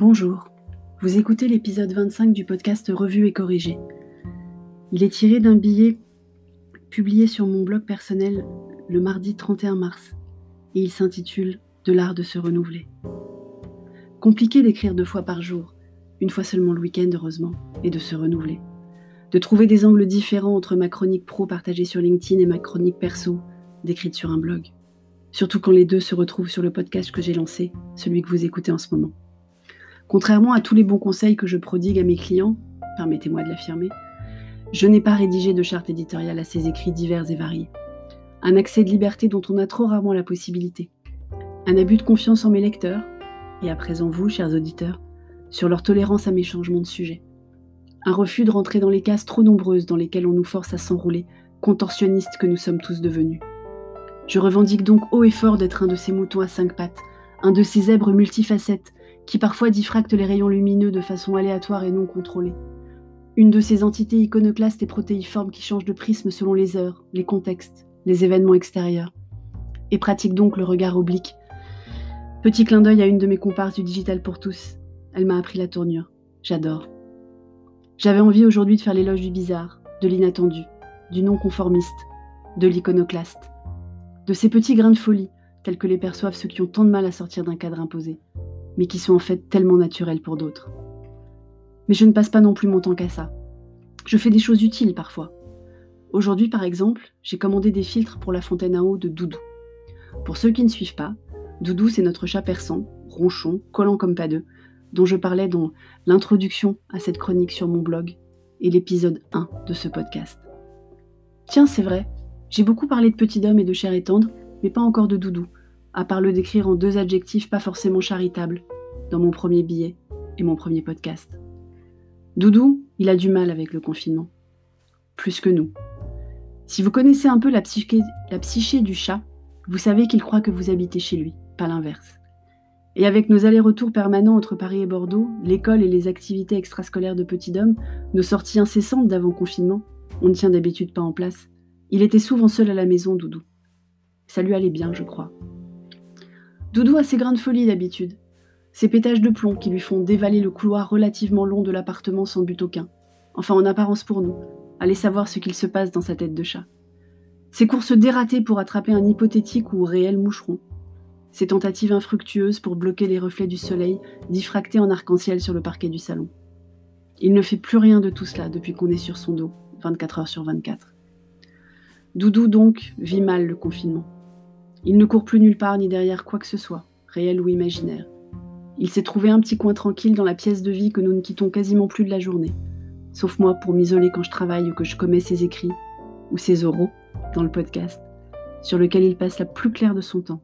Bonjour, vous écoutez l'épisode 25 du podcast Revu et corrigé. Il est tiré d'un billet publié sur mon blog personnel le mardi 31 mars et il s'intitule « De l'art de se renouveler ». Compliqué d'écrire 2 fois par jour, une fois seulement le week-end heureusement, et de se renouveler. De trouver des angles différents entre ma chronique pro partagée sur LinkedIn et ma chronique perso décrite sur un blog. Surtout quand les deux se retrouvent sur le podcast que j'ai lancé, celui que vous écoutez en ce moment. Contrairement à tous les bons conseils que je prodigue à mes clients, permettez-moi de l'affirmer, je n'ai pas rédigé de charte éditoriale à ces écrits divers et variés. Un accès de liberté dont on a trop rarement la possibilité. Un abus de confiance en mes lecteurs, et à présent vous, chers auditeurs, sur leur tolérance à mes changements de sujet. Un refus de rentrer dans les cases trop nombreuses dans lesquelles on nous force à s'enrouler, contorsionnistes que nous sommes tous devenus. Je revendique donc haut et fort d'être un de ces moutons à 5 pattes, un de ces zèbres multifacettes, qui parfois diffractent les rayons lumineux de façon aléatoire et non contrôlée. Une de ces entités iconoclastes et protéiformes qui changent de prisme selon les heures, les contextes, les événements extérieurs. Et pratique donc le regard oblique. Petit clin d'œil à une de mes comparses du Digital pour tous. Elle m'a appris la tournure. J'adore. J'avais envie aujourd'hui de faire l'éloge du bizarre, de l'inattendu, du non-conformiste, de l'iconoclaste. De ces petits grains de folie, tels que les perçoivent ceux qui ont tant de mal à sortir d'un cadre imposé, mais qui sont en fait tellement naturels pour d'autres. Mais je ne passe pas non plus mon temps qu'à ça. Je fais des choses utiles parfois. Aujourd'hui, par exemple, j'ai commandé des filtres pour la fontaine à eau de Doudou. Pour ceux qui ne suivent pas, Doudou, c'est notre chat persan, ronchon, collant comme pas deux, dont je parlais dans l'introduction à cette chronique sur mon blog et l'épisode 1 de ce podcast. Tiens, c'est vrai, j'ai beaucoup parlé de petit homme et de chair et tendre, mais pas encore de Doudou, à part le décrire en 2 adjectifs pas forcément charitables, dans mon premier billet et mon premier podcast. Doudou, il a du mal avec le confinement. Plus que nous. Si vous connaissez un peu la psyché du chat, vous savez qu'il croit que vous habitez chez lui, pas l'inverse. Et avec nos allers-retours permanents entre Paris et Bordeaux, l'école et les activités extrascolaires de petit homme, nos sorties incessantes d'avant-confinement, on ne tient d'habitude pas en place. Il était souvent seul à la maison, Doudou. Ça lui allait bien, je crois. Doudou a ses grains de folie d'habitude, ses pétages de plomb qui lui font dévaler le couloir relativement long de l'appartement sans but aucun, enfin en apparence pour nous, allez savoir ce qu'il se passe dans sa tête de chat. Ses courses dératées pour attraper un hypothétique ou réel moucheron, ses tentatives infructueuses pour bloquer les reflets du soleil diffractés en arc-en-ciel sur le parquet du salon. Il ne fait plus rien de tout cela depuis qu'on est sur son dos, 24 heures sur 24. Doudou donc vit mal le confinement. Il ne court plus nulle part ni derrière quoi que ce soit, réel ou imaginaire. Il s'est trouvé un petit coin tranquille dans la pièce de vie que nous ne quittons quasiment plus de la journée, sauf moi pour m'isoler quand je travaille ou que je commets ses écrits, ou ses oraux, dans le podcast, sur lequel il passe la plus claire de son temps.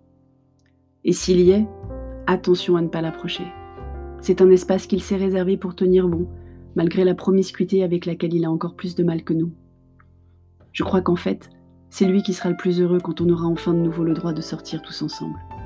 Et s'il y est, attention à ne pas l'approcher. C'est un espace qu'il s'est réservé pour tenir bon, malgré la promiscuité avec laquelle il a encore plus de mal que nous. Je crois qu'en fait, c'est lui qui sera le plus heureux quand on aura enfin de nouveau le droit de sortir tous ensemble.